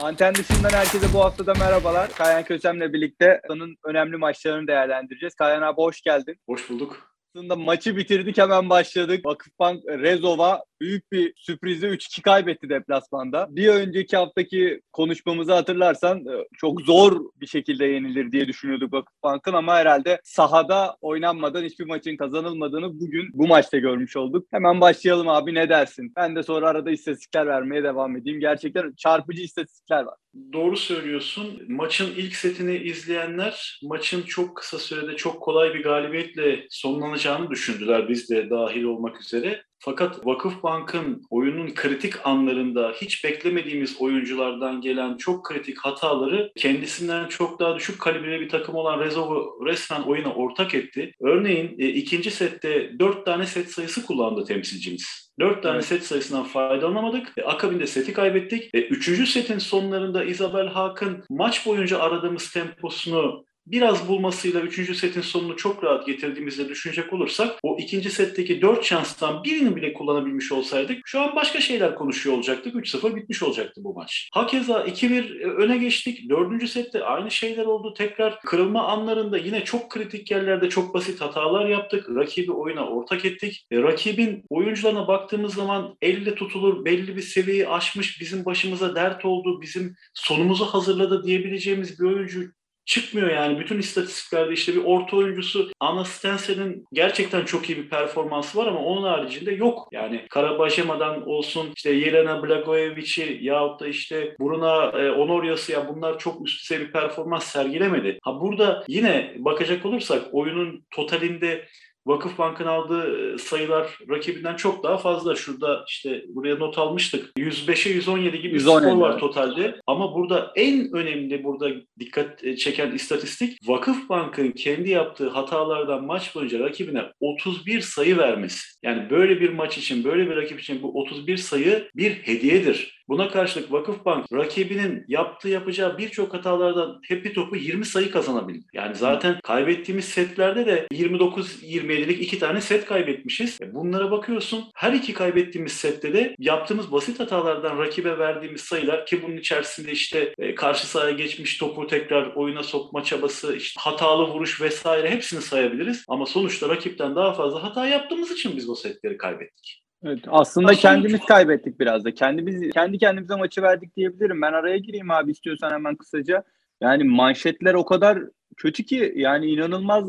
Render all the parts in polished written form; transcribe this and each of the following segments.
Anten dışından herkese bu haftada merhabalar. Kayan Kösem'le birlikte haftanın önemli maçlarını değerlendireceğiz. Kayan abi hoş geldin. Hoş bulduk. Aslında maçı bitirdik, hemen başladık. Vakıfbank Rezov'a büyük bir sürprizle 3-2 kaybetti deplasmanda. Bir önceki haftaki konuşmamızı hatırlarsan çok zor bir şekilde yenilir diye düşünüyorduk Vakıfbank'ın ama herhalde sahada oynanmadan hiçbir maçın kazanılmadığını bugün bu maçta görmüş olduk. Hemen başlayalım abi, ne dersin? Ben de sonra arada istatistikler vermeye devam edeyim. Gerçekten çarpıcı istatistikler var. Doğru söylüyorsun. Maçın ilk setini izleyenler maçın çok kısa sürede çok kolay bir galibiyetle sonlanacağını düşündüler, biz de dahil olmak üzere. Fakat Vakıfbank'ın oyunun kritik anlarında hiç beklemediğimiz oyunculardan gelen çok kritik hataları kendisinden çok daha düşük kalibre bir takım olan Rezov'u resmen oyuna ortak etti. Örneğin ikinci sette 4 tane set sayısı kullandı temsilcimiz. 4 tane set sayısından faydalanamadık. Akabinde seti kaybettik. Üçüncü setin sonlarında Isabel Haak'ın maç boyunca aradığımız temposunu biraz bulmasıyla 3. setin sonunu çok rahat getirdiğimizde düşünecek olursak, o ikinci setteki 4 şanstan birini bile kullanabilmiş olsaydık şu an başka şeyler konuşuyor olacaktık. 3-0 bitmiş olacaktı bu maç. Hakeza 2-1 öne geçtik. 4. sette aynı şeyler oldu. Tekrar kırılma anlarında yine çok kritik yerlerde çok basit hatalar yaptık. Rakibi oyuna ortak ettik. Rakibin oyuncularına baktığımız zaman elle tutulur, belli bir seviyeyi aşmış, bizim başımıza dert oldu, bizim sonumuzu hazırladı diyebileceğimiz bir oyuncu çıkmıyor yani. Bütün istatistiklerde işte bir orta oyuncusu Anna Stensel'in gerçekten çok iyi bir performansı var ama onun haricinde yok. Yani Karabajema'dan olsun, işte Jelena Blagojevic'i yahut da işte Bruna Honorias'ı, ya bunlar çok üst düzey bir performans sergilemedi. Burada yine bakacak olursak oyunun totalinde Vakıfbank'ın aldığı sayılar rakibinden çok daha fazla. Şurada işte buraya not almıştık. 105'e 117 gibi bir skor var totalde. Ama burada en önemli, burada dikkat çeken istatistik, Vakıfbank'ın kendi yaptığı hatalardan maç boyunca rakibine 31 sayı vermesi. Yani böyle bir maç için, böyle bir rakip için bu 31 sayı bir hediyedir. Buna karşılık Vakıfbank rakibinin yapacağı birçok hatalardan hepi topu 20 sayı kazanabildi. Yani zaten kaybettiğimiz setlerde de 29-27'lik 2 tane set kaybetmişiz. Bunlara bakıyorsun, her iki kaybettiğimiz sette de yaptığımız basit hatalardan rakibe verdiğimiz sayılar, ki bunun içerisinde işte karşı sahaya geçmiş topu tekrar oyuna sokma çabası, işte hatalı vuruş vesaire, hepsini sayabiliriz. Ama sonuçta rakipten daha fazla hata yaptığımız için biz o setleri kaybettik. Evet, aslında kendimiz kaybettik biraz da. Kendi kendimize maçı verdik diyebilirim. Ben araya gireyim abi, istiyorsan hemen kısaca. Yani manşetler o kadar kötü ki, yani inanılmaz,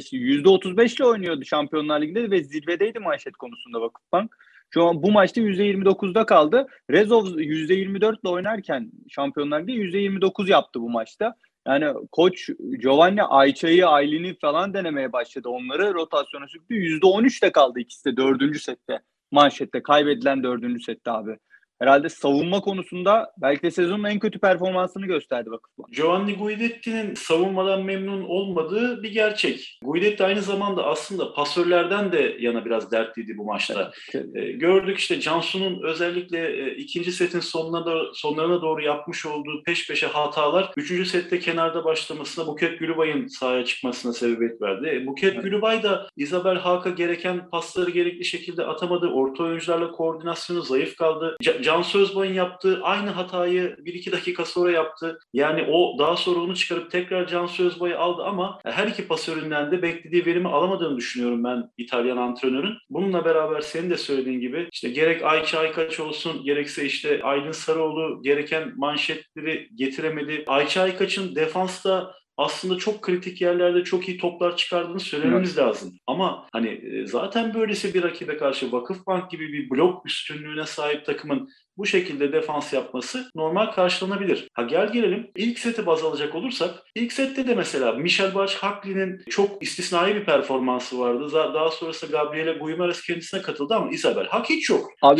%35 ile oynuyordu Şampiyonlar Ligi'nde ve zirvedeydi manşet konusunda Vakıfbank. Şu an bu maçta %29'da kaldı. Rezov %24 ile oynarken Şampiyonlar Ligi'de %29 yaptı bu maçta. Yani koç Giovanni Aylin'i falan denemeye başladı. Onları rotasyona sürdü. %13'te kaldı ikisi de 4. sette. Manşette kaybedilen 4. sette abi. Herhalde savunma konusunda belki de sezonun en kötü performansını gösterdi Vakıfbank. Giovanni Guidettinin savunmadan memnun olmadığı bir gerçek. Guidetti aynı zamanda aslında pasörlerden de yana biraz dertliydi bu maçta. Evet. Gördük işte Cansu'nun özellikle ikinci setin sonlarına doğru yapmış olduğu peş peşe hatalar 3. sette kenarda başlamasına, Buket Gülübay'ın sahaya çıkmasına sebebiyet verdi. Buket Gülübay da Isabel Haak'a gereken pasları gerekli şekilde atamadı. Orta oyuncularla koordinasyonu zayıf kaldı. Cansu Özbay'ın yaptığı aynı hatayı 1-2 dakika sonra yaptı. Yani o daha sonra onu çıkarıp tekrar Cansu Özbay'ı aldı ama her iki pasöründen de beklediği verimi alamadığını düşünüyorum ben İtalyan antrenörün. Bununla beraber senin de söylediğin gibi işte gerek Ayça Aykaç olsun, gerekse işte Aylin Sarıoğlu gereken manşetleri getiremedi. Ayça Aykaç'ın defansta aslında çok kritik yerlerde çok iyi toplar çıkardığını söylememiz lazım. Ama hani zaten böylesi bir rakibe karşı Vakıfbank gibi bir blok üstünlüğüne sahip takımın bu şekilde defans yapması normal karşılanabilir. Gel gelelim ilk seti baz alacak olursak, ilk sette de mesela Michel Baç-Hakli'nin çok istisnai bir performansı vardı. Daha sonrasında Gabriele Guimaras kendisine katıldı ama Isabel Haak hiç yok. Abi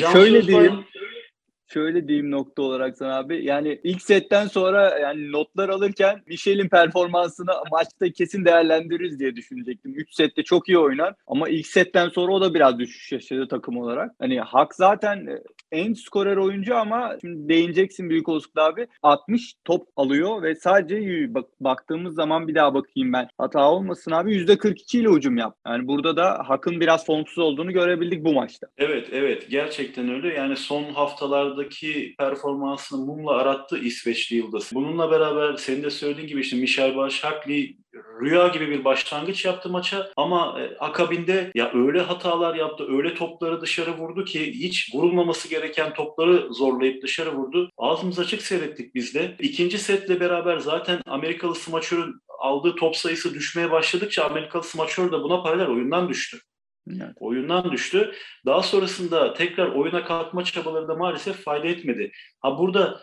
şöyle diyeyim nokta olarak sana abi. Yani ilk setten sonra yani notlar alırken Michel'in performansını maçta kesin değerlendiririz diye düşünecektim. 3 sette çok iyi oynar ama ilk setten sonra o da biraz düşüş yaşadı takım olarak. Hani Hak zaten en skorer oyuncu ama şimdi değineceksin büyük olasılıkla abi. 60 top alıyor ve sadece baktığımız zaman bir daha bakayım ben. Hata olmasın abi, %42 ile hücum yap. Yani burada da Hak'ın biraz formsuz olduğunu görebildik bu maçta. Evet, evet, gerçekten öyle. Yani son haftalardaki performansını mumla arattı İsveçli Yıldız. Bununla beraber senin de söylediğin gibi işte Michael Batshuayi rüya gibi bir başlangıç yaptı maça ama akabinde ya öyle hatalar yaptı, öyle topları dışarı vurdu ki hiç vurulmaması gereken topları zorlayıp dışarı vurdu. Ağzımız açık seyrettik biz de. İkinci setle beraber zaten Amerikalı smaçörün aldığı top sayısı düşmeye başladıkça Amerikalı smaçör de buna paralel oyundan düştü. Evet. Oyundan düştü. Daha sonrasında tekrar oyuna kalkma çabaları da maalesef fayda etmedi. Ha burada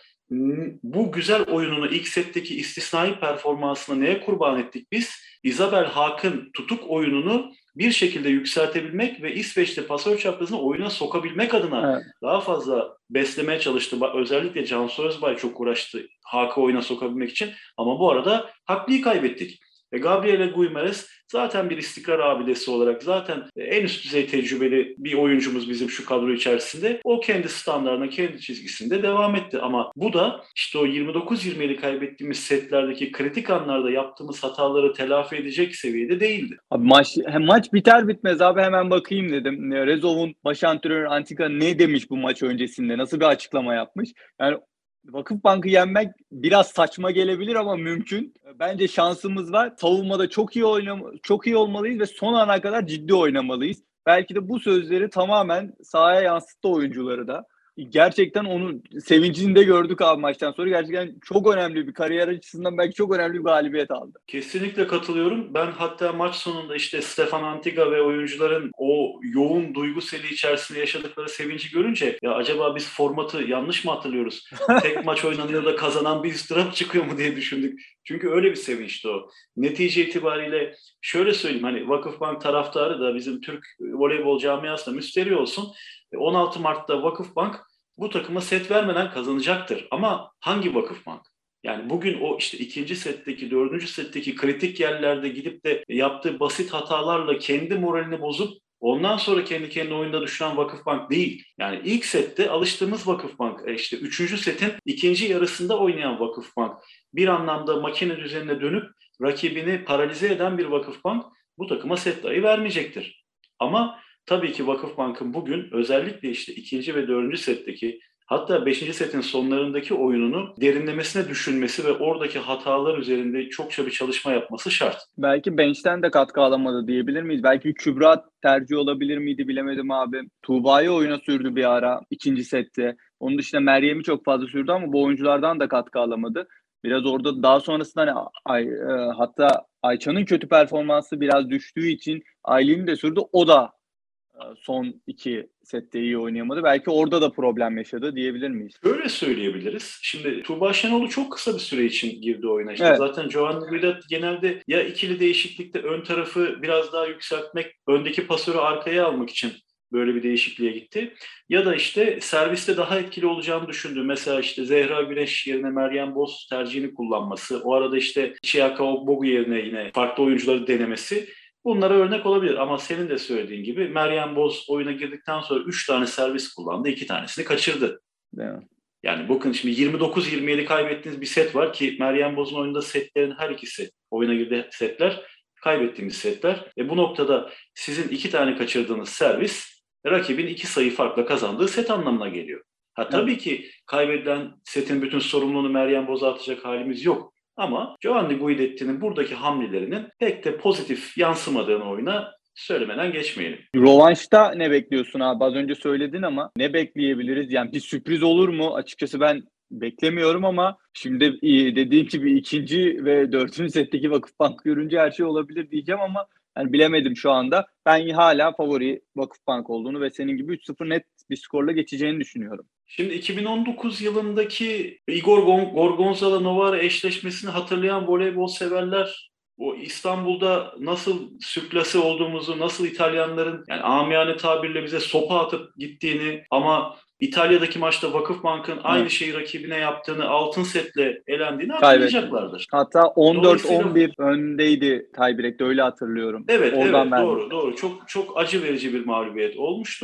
bu güzel oyununu ilk setteki istisnai performansını neye kurban ettik biz? Isabel Haak'ın tutuk oyununu bir şekilde yükseltebilmek ve İsveç'te pasör çaprazını oyuna sokabilmek adına Evet. daha fazla beslemeye çalıştı. Özellikle Cansu Özbay çok uğraştı Haak'ı oyuna sokabilmek için. Ama bu arada Hakkı'yı kaybettik. Gabriela Guimarães zaten bir istikrar abidesi olarak zaten en üst düzey tecrübeli bir oyuncumuz bizim şu kadro içerisinde. O kendi standartına, kendi çizgisinde devam etti. Ama bu da işte o 29-27 kaybettiğimiz setlerdeki kritik anlarda yaptığımız hataları telafi edecek seviyede değildi. Abi maç biter bitmez abi hemen bakayım dedim. Rezov'un baş antrenörü Antika ne demiş bu maç öncesinde? Nasıl bir açıklama yapmış? Yani Vakıfbank'ı yenmek biraz saçma gelebilir ama mümkün. Bence şansımız var. Savunmada çok iyi olmalıyız ve son ana kadar ciddi oynamalıyız. Belki de bu sözleri tamamen sahaya yansıttı oyuncuları da. Gerçekten onun sevincini de gördük abi maçtan sonra. Gerçekten çok önemli bir kariyer açısından belki çok önemli bir galibiyet aldı. Kesinlikle katılıyorum. Ben hatta maç sonunda işte Stefan Antiga ve oyuncuların o yoğun duygu seli içerisinde yaşadıkları sevinci görünce ya acaba biz formatı yanlış mı hatırlıyoruz? Tek maç oynanıyor da kazanan bir ıstırap çıkıyor mu diye düşündük. Çünkü öyle bir sevinçti o. Netice itibariyle şöyle söyleyeyim hani Vakıfbank taraftarı da bizim Türk voleybol camiasında müsterih olsun. 16 Mart'ta Vakıfbank bu takıma set vermeden kazanacaktır. Ama hangi Vakıfbank? Yani bugün o işte ikinci setteki, dördüncü setteki kritik yerlerde gidip de yaptığı basit hatalarla kendi moralini bozup ondan sonra kendi kendine oyunda düşüren Vakıfbank değil. Yani ilk sette alıştığımız Vakıfbank, işte üçüncü setin ikinci yarısında oynayan Vakıfbank. Bir anlamda makine düzenine dönüp rakibini paralize eden bir Vakıfbank bu takıma set dahi vermeyecektir. Ama tabii ki Vakıfbank'ın bugün özellikle işte ikinci ve dördüncü setteki hatta 5. setin sonlarındaki oyununu derinlemesine düşünmesi ve oradaki hatalar üzerinde çokça bir çalışma yapması şart. Belki bench'ten de katkı alamadı diyebilir miyiz? Belki Kübra tercih olabilir miydi bilemedim abi. Tuğba'yı oyuna sürdü bir ara ikinci sette. Onun dışında Meryem'i çok fazla sürdü ama bu oyunculardan da katkı alamadı. Biraz orada daha sonrasında hatta Ayça'nın kötü performansı biraz düştüğü için Aylin'i de sürdü. O da son iki sette iyi oynayamadı. Belki orada da problem yaşadı diyebilir miyiz? Öyle söyleyebiliriz. Şimdi Tuğba Şenol'u çok kısa bir süre için girdi oyuna. İşte Evet. zaten Giovanni Guidat genelde ya ikili değişiklikte ön tarafı biraz daha yükseltmek, öndeki pasörü arkaya almak için böyle bir değişikliğe gitti. Ya da işte serviste daha etkili olacağını düşündü. Mesela işte Zehra Güneş yerine Meryem Boz tercihini kullanması. O arada işte Chiaka Ogbogu yerine yine farklı oyuncuları denemesi. Bunlara örnek olabilir ama senin de söylediğin gibi Meryem Boz oyuna girdikten sonra 3 tane servis kullandı, 2 tanesini kaçırdı. Değil mi? Yani bakın şimdi 29-27 kaybettiğiniz bir set var ki Meryem Boz'un oyunda setlerin her ikisi oyuna girdiği setler kaybettiğimiz setler. Bu noktada sizin 2 tane kaçırdığınız servis rakibin 2 sayı farkla kazandığı set anlamına geliyor. Tabii ki kaybedilen setin bütün sorumluluğunu Meryem Boz'a atacak halimiz yok. Ama Giovanni Guidetti'nin buradaki hamlelerinin pek de pozitif yansımadığını oyuna söylemeden geçmeyelim. Rövanşta ne bekliyorsun abi? Az önce söyledin ama ne bekleyebiliriz? Yani bir sürpriz olur mu? Açıkçası ben beklemiyorum ama şimdi dediğim gibi ikinci ve dördüncü setteki Vakıfbank görünce her şey olabilir diyeceğim ama yani bilemedim şu anda. Ben hala favori Vakıfbank olduğunu ve senin gibi 3-0 net bir skorla geçeceğini düşünüyorum. Şimdi 2019 yılındaki Igor Gorgonzola Novara eşleşmesini hatırlayan voleybol severler o İstanbul'da nasıl sürklase olduğumuzu, nasıl İtalyanların yani amiyane tabirle bize sopa atıp gittiğini ama İtalya'daki maçta Vakıfbank'ın aynı şeyi rakibine yaptığını, altın setle elendiğini hatırlayacaklardır. Hatta 14-11 öndeydi tiebreak'te öyle hatırlıyorum. Evet, Oradan evet, doğru. Çok çok acı verici bir mağlubiyet olmuştu.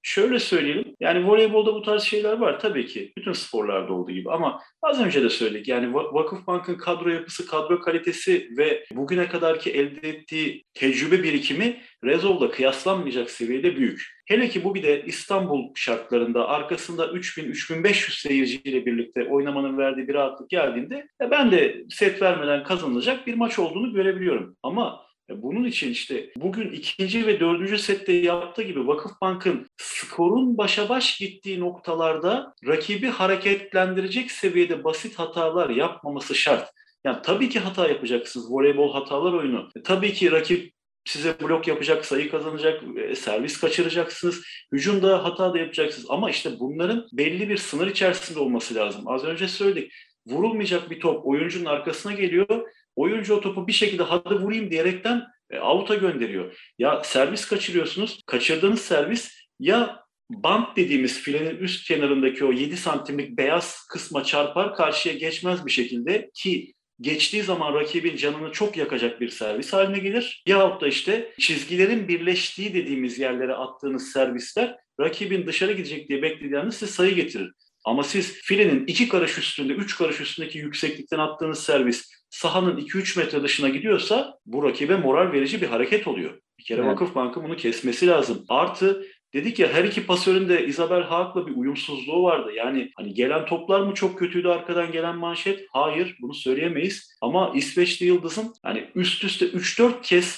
Şöyle söyleyelim, yani voleybolda bu tarz şeyler var tabii ki. Bütün sporlarda olduğu gibi ama az önce de söyledik. Yani Vakıfbank'ın kadro yapısı, kadro kalitesi ve bugüne kadarki elde ettiği tecrübe birikimi Rezov'la kıyaslanmayacak seviyede büyük. Hele ki bu bir de İstanbul şartlarında arkasında 3000-3500 seyirciyle birlikte oynamanın verdiği bir rahatlık geldiğinde ben de set vermeden kazanılacak bir maç olduğunu görebiliyorum. Ama bunun için işte bugün ikinci ve dördüncü sette yaptığı gibi Vakıfbank'ın skorun başa baş gittiği noktalarda rakibi hareketlendirecek seviyede basit hatalar yapmaması şart. Yani tabii ki hata yapacaksınız. Voleybol hatalar oyunu. Tabii ki rakip size blok yapacak, sayı kazanacak, servis kaçıracaksınız. Hücumda hata da yapacaksınız. Ama işte bunların belli bir sınır içerisinde olması lazım. Az önce söyledik. Vurulmayacak bir top oyuncunun arkasına geliyor. Oyuncu o topu bir şekilde hadi vurayım diyerekten out'a gönderiyor. Ya servis kaçırıyorsunuz. Kaçırdığınız servis ya bant dediğimiz filenin üst kenarındaki o 7 santimlik beyaz kısma çarpar, karşıya geçmez bir şekilde ki geçtiği zaman rakibin canını çok yakacak bir servis haline gelir. Yahut da işte çizgilerin birleştiği dediğimiz yerlere attığınız servisler rakibin dışarı gidecek diye beklediğiniz size sayı getirir. Ama siz filenin 2 karış üstünde, 3 karış üstündeki yükseklikten attığınız servis sahanın 2-3 metre dışına gidiyorsa bu rakibe moral verici bir hareket oluyor. Bir kere Evet. Vakıfbank'ın bunu kesmesi lazım. Artı dedik ya her iki pasörün de Isabel Haak'la bir uyumsuzluğu vardı. Yani hani gelen toplar mı çok kötüydü arkadan gelen manşet? Hayır, bunu söyleyemeyiz. Ama İsveçli Yıldız'ın hani üst üste 3-4 kez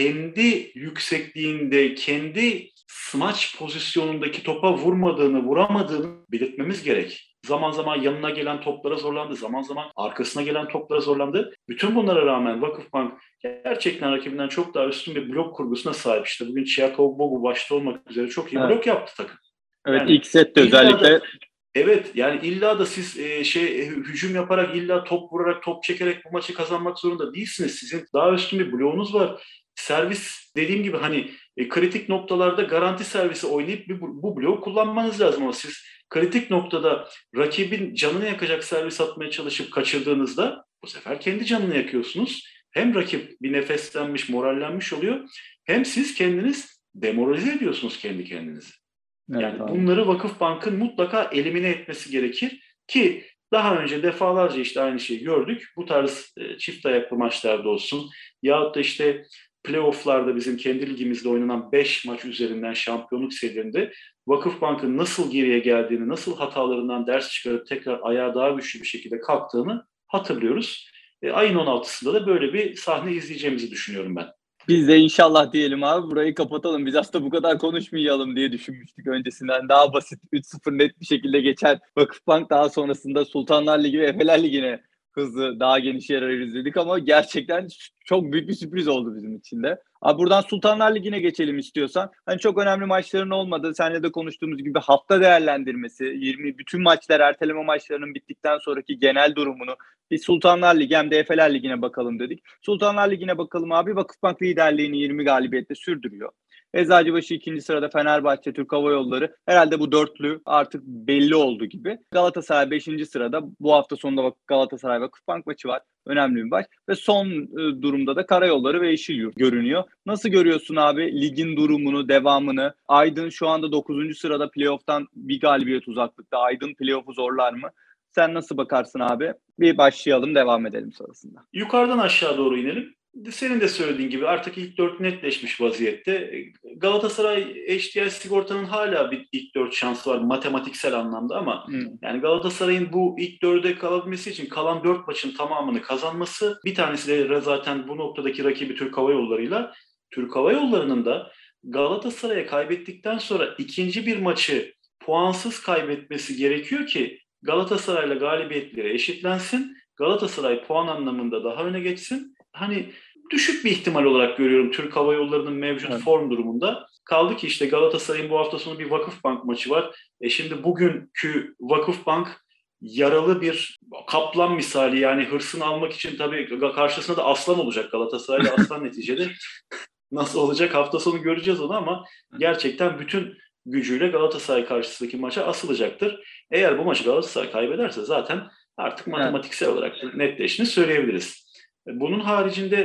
kendi yüksekliğinde, kendi smaç pozisyonundaki topa vuramadığını belirtmemiz gerek. Zaman zaman yanına gelen toplara zorlandı, zaman zaman arkasına gelen toplara zorlandı. Bütün bunlara rağmen Vakıfbank gerçekten rakibinden çok daha üstün bir blok kurgusuna sahip. İşte bugün Çiakov Bogu başta olmak üzere çok iyi blok yaptı takım. Evet, Yani ilk sette özellikle. Evet, yani illa da siz hücum yaparak, illa top vurarak, top çekerek bu maçı kazanmak zorunda değilsiniz. Sizin daha üstün bir bloğunuz var. Servis dediğim gibi hani kritik noktalarda garanti servisi oynayıp bu bloğu kullanmanız lazım ama siz kritik noktada rakibin canını yakacak servis atmaya çalışıp kaçırdığınızda bu sefer kendi canını yakıyorsunuz. Hem rakip bir nefeslenmiş, morallenmiş oluyor hem siz kendiniz demoralize ediyorsunuz kendi kendinizi. Evet, Yani abi. bunları Vakıfbank'ın mutlaka elimine etmesi gerekir ki daha önce defalarca işte aynı şeyi gördük. Bu tarz çift ayaklı maçlarda olsun yahut da işte playoff'larda bizim kendi ligimizde oynanan 5 maç üzerinden şampiyonluk serilerinde Vakıfbank'ın nasıl geriye geldiğini, nasıl hatalarından ders çıkarıp tekrar ayağa daha güçlü bir şekilde kalktığını hatırlıyoruz. Ayın 16'sında da böyle bir sahne izleyeceğimizi düşünüyorum ben. Biz de inşallah diyelim abi, burayı kapatalım. Biz aslında bu kadar konuşmayalım diye düşünmüştük öncesinden. Daha basit 3-0 net bir şekilde geçer Vakıfbank, daha sonrasında Sultanlar Ligi ve Efeler Ligi'ne hızlı daha geniş yer ayırırız dedik ama gerçekten çok büyük bir sürpriz oldu bizim için de. Abi buradan Sultanlar Ligi'ne geçelim istiyorsan. Hani çok önemli maçların olmadığı, seninle de konuştuğumuz gibi hafta değerlendirmesi, bütün maçlar, erteleme maçlarının bittikten sonraki genel durumunu, bir Sultanlar Ligi hem de Efeler Ligi'ne bakalım dedik. Sultanlar Ligi'ne bakalım abi. Vakıfbank liderliğini 20 galibiyetle sürdürüyor. Eczacıbaşı 2. sırada, Fenerbahçe, Türk Hava Yolları. Herhalde bu dörtlü artık belli oldu gibi. Galatasaray 5. sırada. Bu hafta sonunda Galatasaray Vakıfbank maçı var. Önemli bir maç. Ve son durumda da Karayolları ve Yeşilyurt görünüyor. Nasıl görüyorsun abi ligin durumunu, devamını? Aydın şu anda 9. sırada, playoff'tan bir galibiyet uzaklıkta. Aydın playoff'u zorlar mı? Sen nasıl bakarsın abi? Bir başlayalım, devam edelim sonrasında. Yukarıdan aşağı doğru inelim. Senin de söylediğin gibi artık ilk 4 netleşmiş vaziyette. Galatasaray HDI Sigorta'nın hala bir ilk 4 şansı var matematiksel anlamda ama yani Galatasaray'ın bu ilk 4'e kalabilmesi için kalan 4 maçın tamamını kazanması, bir tanesi de zaten bu noktadaki rakibi Türk Hava Yolları'yla. Türk Hava Yolları'nın da Galatasaray'a kaybettikten sonra ikinci bir maçı puansız kaybetmesi gerekiyor ki Galatasaray'la galibiyetleri eşitlensin. Galatasaray puan anlamında daha öne geçsin. Hani düşük bir ihtimal olarak görüyorum Türk Hava Yolları'nın mevcut form durumunda. Kaldı ki işte Galatasaray'ın bu hafta sonu bir Vakıfbank maçı var. Şimdi bugünkü Vakıfbank yaralı bir kaplan misali, yani hırsını almak için tabii karşısında da aslan olacak, Galatasaray'da aslan neticede. Nasıl olacak hafta sonu göreceğiz onu ama gerçekten bütün gücüyle Galatasaray karşısındaki maça asılacaktır. Eğer bu maçı Galatasaray kaybederse zaten artık matematiksel olarak netleştiğini söyleyebiliriz. Bunun haricinde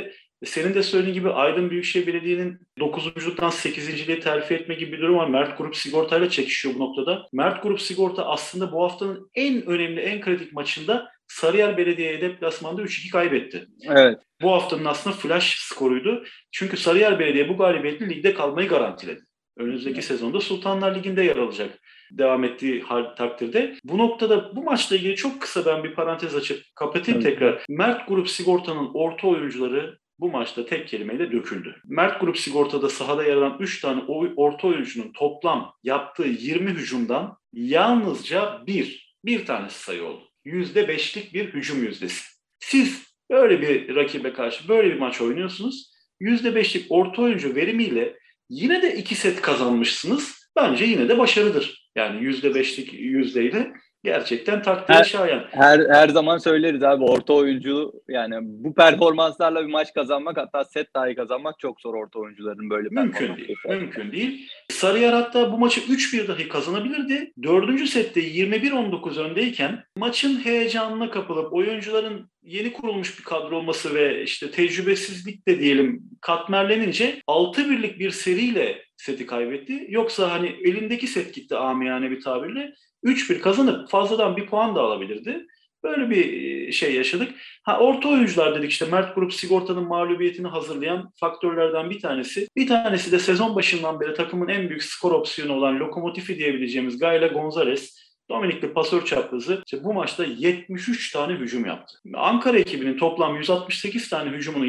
Senin de söylediğin gibi Aydın Büyükşehir Belediye'nin 9.luktan 8.liğe terfi etme gibi bir durum var. Mert Grup Sigorta ile çekişiyor bu noktada. Mert Grup Sigorta aslında bu haftanın en önemli, en kritik maçında Sarıyer Belediye'ye deplasmanda 3-2 kaybetti. Evet. Bu haftanın aslında flash skoruydu. Çünkü Sarıyer Belediye bu galibiyetle ligde kalmayı garantiledi. Önümüzdeki sezonda Sultanlar Ligi'nde yer alacak devam ettiği takdirde. Bu noktada bu maçla ilgili çok kısa ben bir parantez açıp kapatayım tekrar. Mert Grup Sigorta'nın orta oyuncuları bu maçta tek kelimeyle döküldü. Mert Grup Sigorta'da sahada yer alan 3 tane orta oyuncunun toplam yaptığı 20 hücumdan yalnızca bir tanesi sayı oldu. %5'lik bir hücum yüzdesi. Siz böyle bir rakibe karşı böyle bir maç oynuyorsunuz. %5'lik orta oyuncu verimiyle yine de 2 set kazanmışsınız. Bence yine de başarıdır. Yani %5'lik yüzdeyle gerçekten takdire şayan. Her zaman söyleriz abi, orta oyuncu yani bu performanslarla bir maç kazanmak, hatta set dahi kazanmak çok zor orta oyuncuların böyle Mümkün değil. Sarıyer hatta bu maçı 3-1 dahi kazanabilirdi. 4. sette 21-19 öndeyken maçın heyecanına kapılıp oyuncuların yeni kurulmuş bir kadro olması ve işte tecrübesizlik de diyelim katmerlenince 6-1'lik bir seriyle seti kaybetti. Yoksa hani elindeki set gitti amiyane bir tabirle. 3-1 kazanıp fazladan bir puan da alabilirdi. Böyle bir şey yaşadık. Orta oyuncular dedik, işte Mert Grup Sigorta'nın mağlubiyetini hazırlayan faktörlerden bir tanesi. Bir tanesi de sezon başından beri takımın en büyük skor opsiyonu olan lokomotifi diyebileceğimiz Gayle Gonzalez. Dominikli pasör çaprazı işte bu maçta 73 tane hücum yaptı. Ankara ekibinin toplam 168 tane hücumunu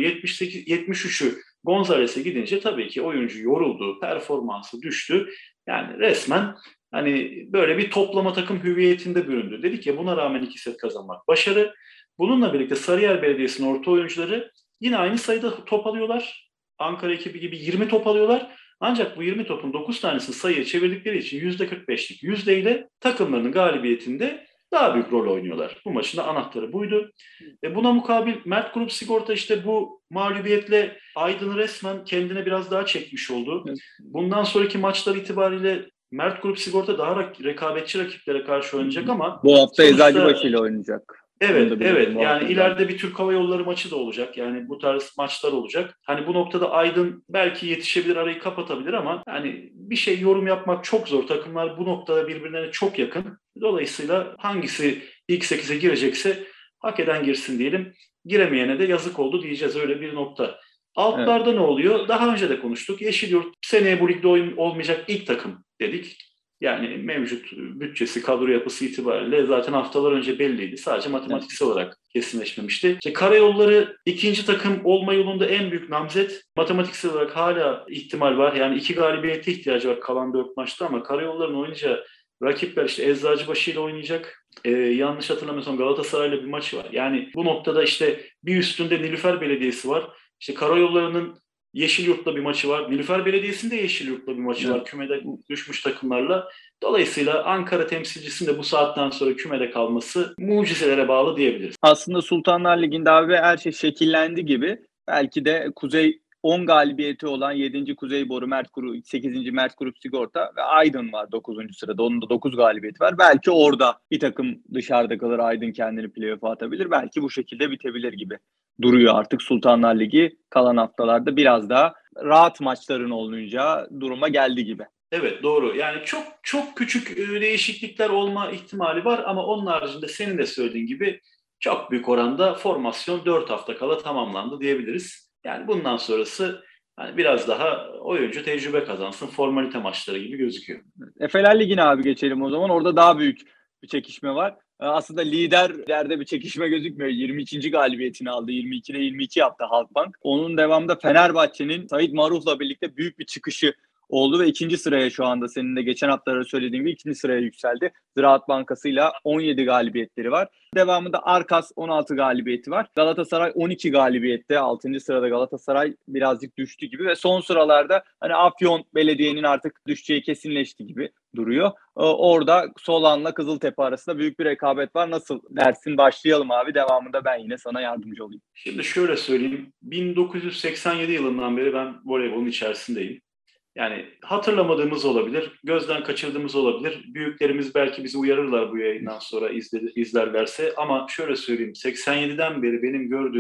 73'ü Gonzalez'e gidince tabii ki oyuncu yoruldu, performansı düştü. Yani resmen hani böyle bir toplama takım hüviyetinde büründü. Dedik ya, buna rağmen 2 set kazanmak başarı. Bununla birlikte Sarıyer Belediyesi'nin orta oyuncuları yine aynı sayıda top alıyorlar. Ankara ekibi gibi 20 top alıyorlar. Ancak bu 20 topun 9 tanesini sayıya çevirdikleri için %45'lik yüzdeyle takımlarının galibiyetinde daha büyük rol oynuyorlar. Bu maçın da anahtarı buydu. Buna mukabil Mert Grup Sigorta işte bu mağlubiyetle Aydın'ı resmen kendine biraz daha çekmiş oldu. Bundan sonraki maçlar itibariyle Mert Grup Sigorta daha rekabetçi rakiplere karşı oynayacak ama bu hafta Eczacıbaşı ile oynayacak. Evet. Yani ileride bir Türk Hava Yolları maçı da olacak. Yani bu tarz maçlar olacak. Hani bu noktada Aydın belki yetişebilir, arayı kapatabilir ama hani bir şey yorum yapmak çok zor. Takımlar bu noktada birbirlerine çok yakın. Dolayısıyla hangisi ilk 8'e girecekse hak eden girsin diyelim. Giremeyene de yazık oldu diyeceğiz, öyle bir nokta. Altlarda ne oluyor? Daha önce de konuştuk. Yeşilyurt seneye bu ligde olmayacak ilk takım dedik. Yani mevcut bütçesi, kadro yapısı itibariyle zaten haftalar önce belliydi. Sadece matematiksel olarak kesinleşmemişti. İşte Karayolları ikinci takım olma yolunda en büyük namzet. Matematiksel olarak hala ihtimal var. Yani 2 galibiyete ihtiyacı var kalan 4 maçta ama Karayolları'nın oynayacağı rakipler işte Eczacıbaşı ile oynayacak. Yanlış hatırlamıyorsam Galatasaray'la bir maçı var. Yani bu noktada işte bir üstünde Nilüfer Belediyesi var. İşte Karayolları'nın Yeşilyurt'la bir maçı var. Nilüfer Belediyesi'nde Yeşilyurt'la bir maçı var. Kümede düşmüş takımlarla. Dolayısıyla Ankara temsilcisinin de bu saatten sonra kümede kalması mucizelere bağlı diyebiliriz. Aslında Sultanlar Ligi'nde abi her şey şekillendi gibi. Belki de Kuzey 10 galibiyeti olan 7. Kuzeyboru, Mert Grup, 8. Mert Grup Sigorta ve Aydın var 9. sırada. Onun da 9 galibiyeti var. Belki orada bir takım dışarıda kalır, Aydın kendini playoff'a atabilir. Belki bu şekilde bitebilir gibi duruyor artık Sultanlar Ligi. Kalan haftalarda biraz daha rahat maçların olunacağı duruma geldi gibi. Evet, doğru. Yani çok küçük değişiklikler olma ihtimali var ama onun haricinde senin de söylediğin gibi çok büyük oranda formasyon 4 hafta kala tamamlandı diyebiliriz. Yani bundan sonrası hani biraz daha oyuncu tecrübe kazansın, formalite maçları gibi gözüküyor. Efeler Ligi'ne abi geçelim o zaman. Orada daha büyük bir çekişme var. Aslında liderde bir çekişme gözükmüyor. 22. galibiyetini aldı. 22'de 22 yaptı Halkbank. Onun devamında Fenerbahçe'nin Sait Maruf'la birlikte büyük bir çıkışı oldu ve 2. sıraya şu anda senin de geçen haftalarda söylediğin gibi 2. sıraya yükseldi. Ziraat Bankası'yla 17 galibiyetleri var. Devamında Arkas 16 galibiyeti var. Galatasaray 12 galibiyette. 6. sırada Galatasaray birazcık düştü gibi ve son sıralarda hani Afyon Belediye'nin artık düşeceği kesinleşti gibi duruyor. Orada Solan'la Kızıltepe arasında büyük bir rekabet var. Nasıl dersin? Başlayalım abi. Devamında ben yine sana yardımcı olayım. Şimdi şöyle söyleyeyim. 1987 yılından beri ben voleybolun içerisindeyim. Yani hatırlamadığımız olabilir, gözden kaçırdığımız olabilir. Büyüklerimiz belki bizi uyarırlar bu yayından sonra izlerlerse. Ama şöyle söyleyeyim, 87'den beri benim gördüğüm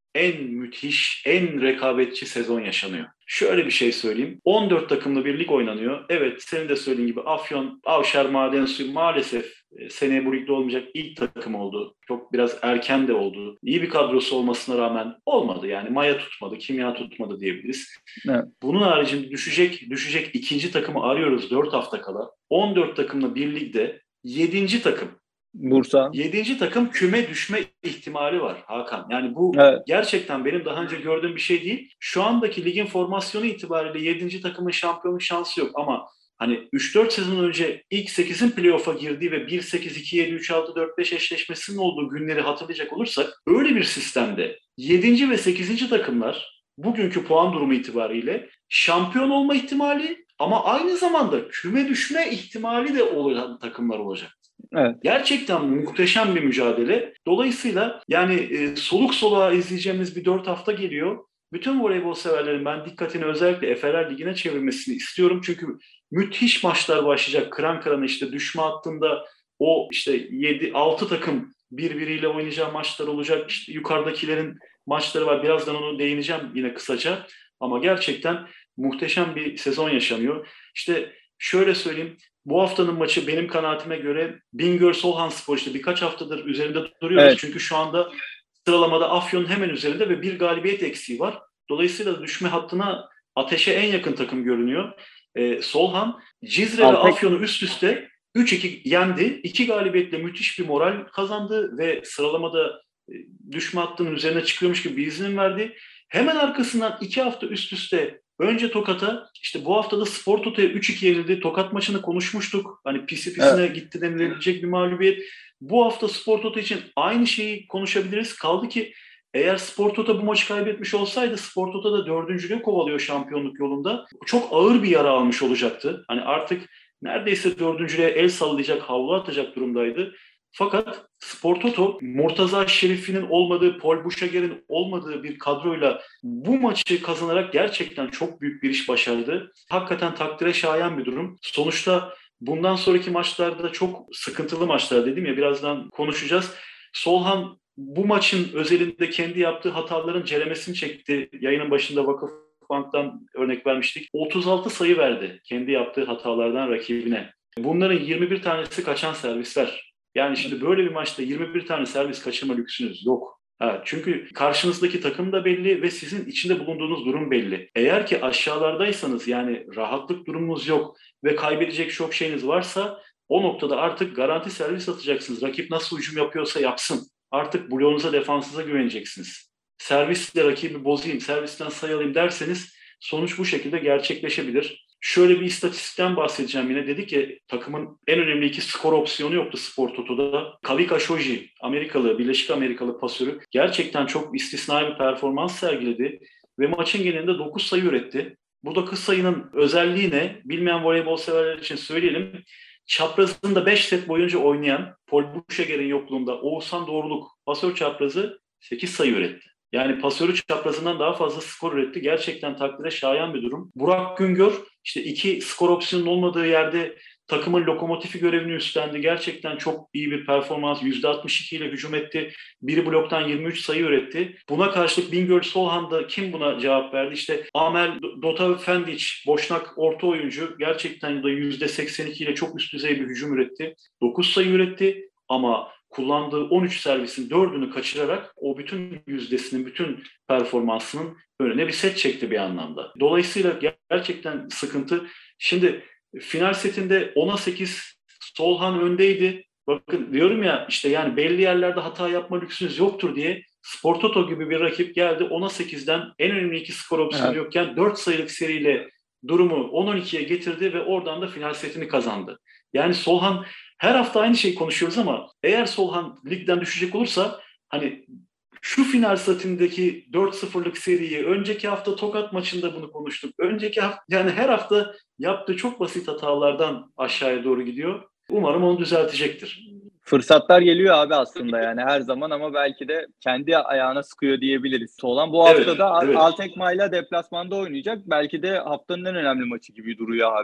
en müthiş, en rekabetçi sezon yaşanıyor. Şöyle bir şey söyleyeyim. 14 takımlı bir lig oynanıyor. Evet, senin de söylediğin gibi Afyon, Avşar, Madensuyu maalesef seneye bu ligde olmayacak ilk takım oldu. Çok biraz erken de oldu. İyi bir kadrosu olmasına rağmen olmadı. Yani maya tutmadı, kimya tutmadı diyebiliriz. Evet. Bunun haricinde düşecek ikinci takımı arıyoruz 4 hafta kala. 14 takımlı bir ligde 7. takım. Bursa. 7. takım küme düşme ihtimali var Hakan. Yani bu gerçekten benim daha önce gördüğüm bir şey değil. Şu andaki ligin formasyonu itibariyle 7. takımın şampiyonluk şansı yok ama hani 3-4 sezon önce ilk 8'in playoff'a girdiği ve 1-8-2-7-3-6-4-5 eşleşmesinin olduğu günleri hatırlayacak olursak öyle bir sistemde 7. ve 8. takımlar bugünkü puan durumu itibariyle şampiyon olma ihtimali ama aynı zamanda küme düşme ihtimali de olan takımlar olacak. Evet. Gerçekten muhteşem bir mücadele. Dolayısıyla yani soluk soluğa izleyeceğimiz bir 4 hafta geliyor. Bütün voleybol severlerin ben dikkatini özellikle Efeler Ligi'ne çevirmesini istiyorum. Çünkü müthiş maçlar başlayacak. Kıran kırana işte düşme hattında o işte 7-6 takım birbiriyle oynayacağı maçlar olacak. İşte yukarıdakilerin maçları var. Birazdan onu değineceğim yine kısaca. Ama gerçekten muhteşem bir sezon yaşanıyor. İşte şöyle söyleyeyim. Bu haftanın maçı benim kanaatime göre Bingöl Solhanspor işte birkaç haftadır üzerinde duruyoruz. Evet. Çünkü şu anda sıralamada Afyon'un hemen üzerinde ve bir galibiyet eksiği var. Dolayısıyla düşme hattına ateşe en yakın takım görünüyor. Solhan, Cizre ve Afyon'u üst üste 3-2 yendi. 2 galibiyetle müthiş bir moral kazandı ve sıralamada düşme hattının üzerine çıkıyormuş gibi bir izlenim verdi. Hemen arkasından 2 hafta üst üste önce Tokat'a, işte bu hafta da Spor Toto'ya 3-2 yenildi. Tokat maçını konuşmuştuk. Hani pisi pisine gitti denilebilecek bir mağlubiyet. Bu hafta Spor Toto için aynı şeyi konuşabiliriz. Kaldı ki eğer Spor Toto bu maçı kaybetmiş olsaydı Spor Toto da 4.'lüğü kovalıyor şampiyonluk yolunda. Çok ağır bir yara almış olacaktı. Hani artık neredeyse 4.'lüğe el sallayacak, havlu atacak durumdaydı. Fakat Spor Toto, Murtaza Şerif'in olmadığı, Paul Buchager'in olmadığı bir kadroyla bu maçı kazanarak gerçekten çok büyük bir iş başardı. Hakikaten takdire şayan bir durum. Sonuçta bundan sonraki maçlarda çok sıkıntılı maçlar dedim ya, birazdan konuşacağız. Solhan bu maçın özelinde kendi yaptığı hataların ceremesini çekti. Yayının başında Vakıfbank'tan örnek vermiştik. 36 sayı verdi kendi yaptığı hatalardan rakibine. Bunların 21 tanesi kaçan servisler. Yani şimdi böyle bir maçta 21 tane servis kaçırma lüksünüz yok. Ha, çünkü karşınızdaki takım da belli ve sizin içinde bulunduğunuz durum belli. Eğer ki aşağılardaysanız, yani rahatlık durumunuz yok ve kaybedecek çok şeyiniz varsa o noktada artık garanti servis atacaksınız. Rakip nasıl hücum yapıyorsa yapsın. Artık bloğunuza, defansınıza güveneceksiniz. Servisle rakibi bozayım, servisten sayı alayım derseniz sonuç bu şekilde gerçekleşebilir. Şöyle bir istatistikten bahsedeceğim yine. Dedik ki takımın en önemli 2 skor opsiyonu yoktu Spor Toto'da. Kavika Shoji, Amerikalı, Birleşik Amerikalı pasörü gerçekten çok istisnai bir performans sergiledi ve maçın genelinde 9 sayı üretti. Bu 9 sayının özelliği ne? Bilmeyen voleybol severler için söyleyelim. Çaprazında 5 set boyunca oynayan Paul Buchager'in yokluğunda Oğuzhan Doğruluk pasör çaprazı 8 sayı üretti. Yani pasörü çaprazından daha fazla skor üretti. Gerçekten takdire şayan bir durum. Burak Güngör işte 2 skor opsiyonun olmadığı yerde takımın lokomotifi görevini üstlendi. Gerçekten çok iyi bir performans. %62 ile hücum etti. Biri bloktan 23 sayı üretti. Buna karşılık Bingöl Solhan'da kim buna cevap verdi? İşte Amel Dotavfendić, Boşnak orta oyuncu, gerçekten de %82 ile çok üst düzey bir hücum üretti. 9 sayı üretti ama kullandığı 13 servisin 4'ünü kaçırarak o bütün yüzdesinin, bütün performansının önüne bir set çekti bir anlamda. Dolayısıyla gerçekten sıkıntı. Şimdi final setinde 10'a 8 Solhan öndeydi. Bakın diyorum ya, işte yani belli yerlerde hata yapma lüksünüz yoktur diye Spor Toto gibi bir rakip geldi 10'a 8'den en önemli 2 skor opsiyonu yokken 4 sayılık seriyle durumu 10-12'ye getirdi ve oradan da final setini kazandı. Yani Solhan, her hafta aynı şeyi konuşuyoruz ama eğer Solhan ligden düşecek olursa hani şu final setindeki 4-0'lık seriyi, önceki hafta Tokat maçında bunu konuştuk. Önceki hafta, yani her hafta yaptığı çok basit hatalardan aşağıya doğru gidiyor. Umarım onu düzeltecektir. Fırsatlar geliyor abi aslında yani her zaman ama belki de kendi ayağına sıkıyor diyebiliriz. Solhan bu hafta da evet. Altekma'yla deplasmanda oynayacak. Belki de haftanın en önemli maçı gibi duruyor abi.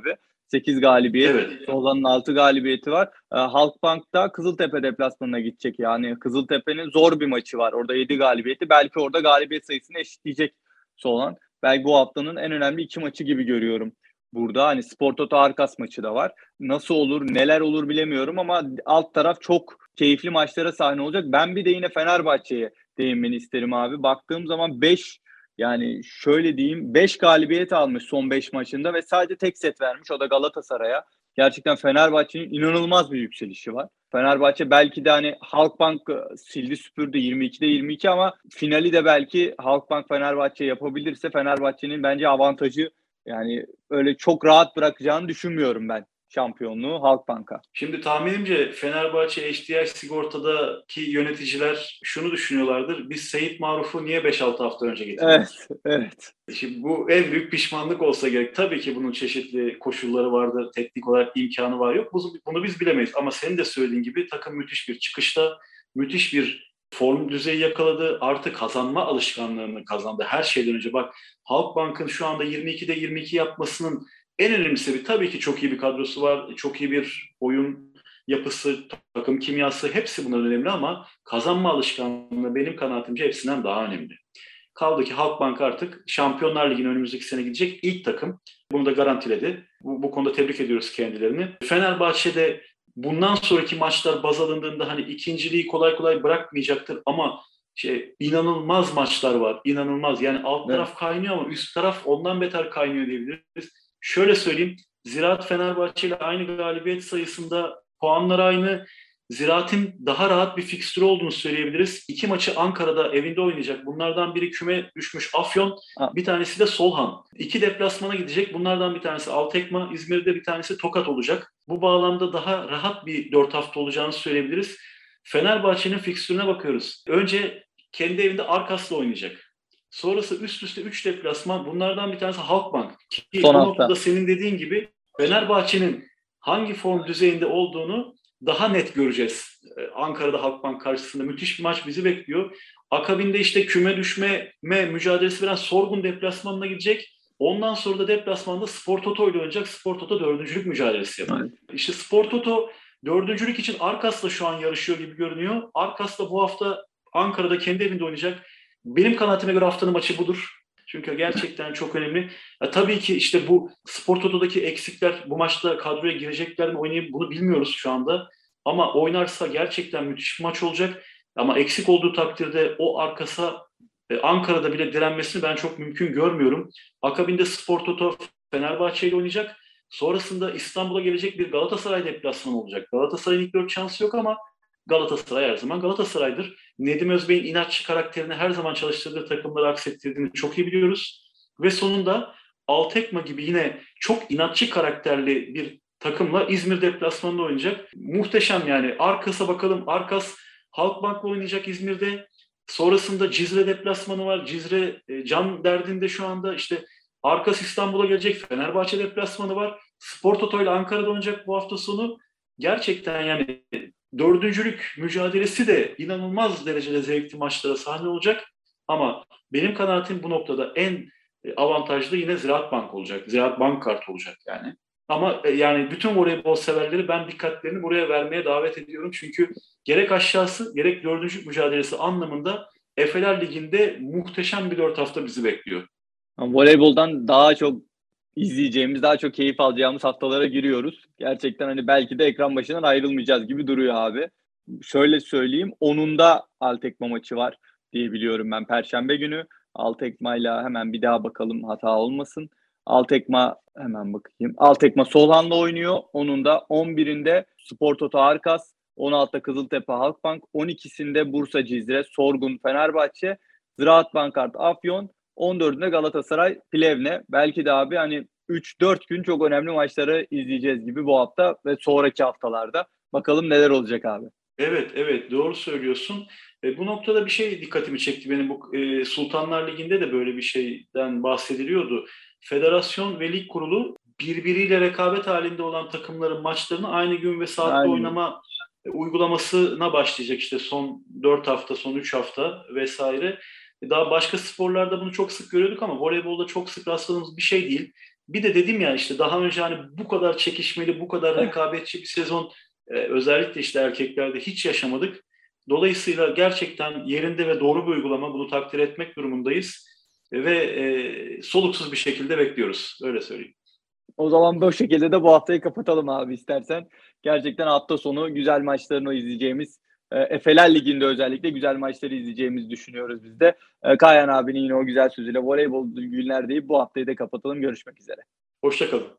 8 galibiyet. Evet. Solhan'ın 6 galibiyeti var. Halkbank'ta Kızıltepe deplasmanına gidecek. Yani Kızıltepe'nin zor bir maçı var. Orada 7 galibiyeti. Belki orada galibiyet sayısını eşitleyecek Solhan. Belki bu haftanın en önemli 2 maçı gibi görüyorum burada. Hani Spor Toto Arkas maçı da var. Nasıl olur, neler olur bilemiyorum ama alt taraf çok keyifli maçlara sahne olacak. Ben bir de yine Fenerbahçe'ye değinmeni isterim abi. Baktığım zaman 5, yani şöyle diyeyim, 5 galibiyet almış son 5 maçında ve sadece tek set vermiş. O da Galatasaray'a. Gerçekten Fenerbahçe'nin inanılmaz bir yükselişi var. Fenerbahçe belki de hani Halkbank sildi süpürdü 22'de 22 ama finali de belki Halkbank Fenerbahçe yapabilirse Fenerbahçe'nin bence avantajı, yani öyle çok rahat bırakacağını düşünmüyorum ben şampiyonluğu Halkbank'a. Şimdi tahminimce Fenerbahçe HDI Sigorta'daki yöneticiler şunu düşünüyorlardır. Biz Seyit Maruf'u niye 5-6 hafta önce getirdik? Evet, evet. Şimdi bu en büyük pişmanlık olsa gerek. Tabii ki bunun çeşitli koşulları vardır, teknik olarak imkanı var yok. Bunu biz bilemeyiz. Ama senin de söylediğin gibi takım müthiş bir çıkışta, müthiş bir form düzeyi yakaladı. Artık kazanma alışkanlığını kazandı. Her şeyden önce bak, Halkbank'ın şu anda 22'de 22 yapmasının en önemli sebebi tabii ki çok iyi bir kadrosu var. Çok iyi bir oyun yapısı, takım kimyası, hepsi bunlar önemli ama kazanma alışkanlığı benim kanaatimce hepsinden daha önemli. Kaldı ki Halkbank artık Şampiyonlar Ligi'ne önümüzdeki sene gidecek ilk takım. Bunu da garantiledi. Bu konuda tebrik ediyoruz kendilerini. Fenerbahçe'de bundan sonraki maçlar baz alındığında hani ikinciliği kolay kolay bırakmayacaktır ama inanılmaz maçlar var. İnanılmaz. Yani alt taraf kaynıyor ama üst taraf ondan beter kaynıyor diyebiliriz. Şöyle söyleyeyim. Ziraat Fenerbahçe ile aynı galibiyet sayısında, puanlar aynı. Ziraat'in daha rahat bir fikstürü olduğunu söyleyebiliriz. 2 maçı Ankara'da evinde oynayacak. Bunlardan biri küme düşmüş Afyon, bir tanesi de Solhan. 2 deplasmana gidecek. Bunlardan bir tanesi Altekma, İzmir'de bir tanesi Tokat olacak. Bu bağlamda daha rahat bir 4 hafta olacağını söyleyebiliriz. Fenerbahçe'nin fikstürüne bakıyoruz. Önce kendi evinde Arkas'la oynayacak. Sonrası üst üste 3 deplasman. Bunlardan bir tanesi Halkbank. Ki Son bu hafta. noktada senin dediğin gibi Fenerbahçe'nin hangi form düzeyinde olduğunu daha net göreceğiz. Ankara'da Halkbank karşısında müthiş bir maç bizi bekliyor. Akabinde işte küme düşme mücadelesi veren Sorgun deplasmanına gidecek. Ondan sonra da deplasmanda Spor Toto ile oynayacak. Spor Toto dördüncülük mücadelesi yapacak. Evet. İşte Spor Toto dördüncülük için Arkas'la şu an yarışıyor gibi görünüyor. Arkas'la bu hafta Ankara'da kendi evinde oynayacak. Benim kanaatime göre haftanın maçı budur. Çünkü gerçekten çok önemli. Tabii ki işte bu Spor Toto'daki eksikler, bu maçta kadroya girecekler mi, oynayıp bunu bilmiyoruz şu anda. Ama oynarsa gerçekten müthiş bir maç olacak. Ama eksik olduğu takdirde o Arkas'a Ankara'da bile direnmesini ben çok mümkün görmüyorum. Akabinde Spor Toto Fenerbahçe ile oynayacak. Sonrasında İstanbul'a gelecek bir Galatasaray deplasmanı olacak. Galatasaray'ın ilk 4 şansı yok ama Galatasaray her zaman Galatasaray'dır. Nedim Özbey'in inatçı karakterini her zaman çalıştırdığı takımları aksettirdiğini çok iyi biliyoruz. Ve sonunda Altekma gibi yine çok inatçı karakterli bir takımla İzmir deplasmanında oynayacak. Muhteşem yani. Arkas'a bakalım. Arkas Halkbank'la oynayacak İzmir'de. Sonrasında Cizre deplasmanı var. Cizre can derdinde şu anda. İşte Arkas İstanbul'a gelecek. Fenerbahçe deplasmanı var. Spor Toto ile Ankara'da oynayacak bu hafta sonu. Gerçekten yani dördüncülük mücadelesi de inanılmaz derecede zevkli maçlara sahne olacak. Ama benim kanaatim bu noktada en avantajlı yine Ziraat Bank olacak. Ziraat Bank kart olacak yani. Ama yani bütün voleybol severleri ben dikkatlerini buraya vermeye davet ediyorum. Çünkü gerek aşağısı gerek dördüncülük mücadelesi anlamında Efeler Ligi'nde muhteşem bir 4 hafta bizi bekliyor. Voleyboldan daha çok izleyeceğimiz, daha çok keyif alacağımız haftalara giriyoruz. Gerçekten hani belki de ekran başından ayrılmayacağız gibi duruyor abi. Şöyle söyleyeyim, 10'unda Altekma maçı var diye biliyorum ben Perşembe günü. Altekma'yla hemen bir daha bakalım hata olmasın. Altekma hemen bakayım. Altekma Solhan'la oynuyor. Onun da 11'inde Spor Toto Arkas, 16'da Kızıltepe Halkbank, 12'sinde Bursa Cizre, Sorgun Fenerbahçe, Ziraat Bankart Afyon, 14'ünde Galatasaray Plevne. Belki de abi hani 3-4 gün çok önemli maçları izleyeceğiz gibi bu hafta ve sonraki haftalarda. Bakalım neler olacak abi. Evet doğru söylüyorsun. Bu noktada bir şey dikkatimi çekti benim. Bu Sultanlar Ligi'nde de böyle bir şeyden bahsediliyordu. Federasyon ve lig kurulu birbiriyle rekabet halinde olan takımların maçlarını aynı gün ve saatte oynama uygulamasına başlayacak işte son 4 hafta, son 3 hafta vesaire. Daha başka sporlarda bunu çok sık görüyorduk ama voleybolda çok sık rastladığımız bir şey değil. Bir de dedim ya işte daha önce hani bu kadar çekişmeli, bu kadar rekabetçi bir sezon özellikle işte erkeklerde hiç yaşamadık. Dolayısıyla gerçekten yerinde ve doğru bir uygulama, bunu takdir etmek durumundayız. Ve soluksuz bir şekilde bekliyoruz. Öyle söyleyeyim. O zaman bu şekilde de bu haftayı kapatalım abi istersen. Gerçekten hafta sonu güzel maçlarını izleyeceğimiz, Efeler Ligi'nde özellikle güzel maçları izleyeceğimizi düşünüyoruz biz de. Kayan abinin yine o güzel sözüyle voleybol günler deyip bu haftayı da kapatalım. Görüşmek üzere. Hoşça kalın.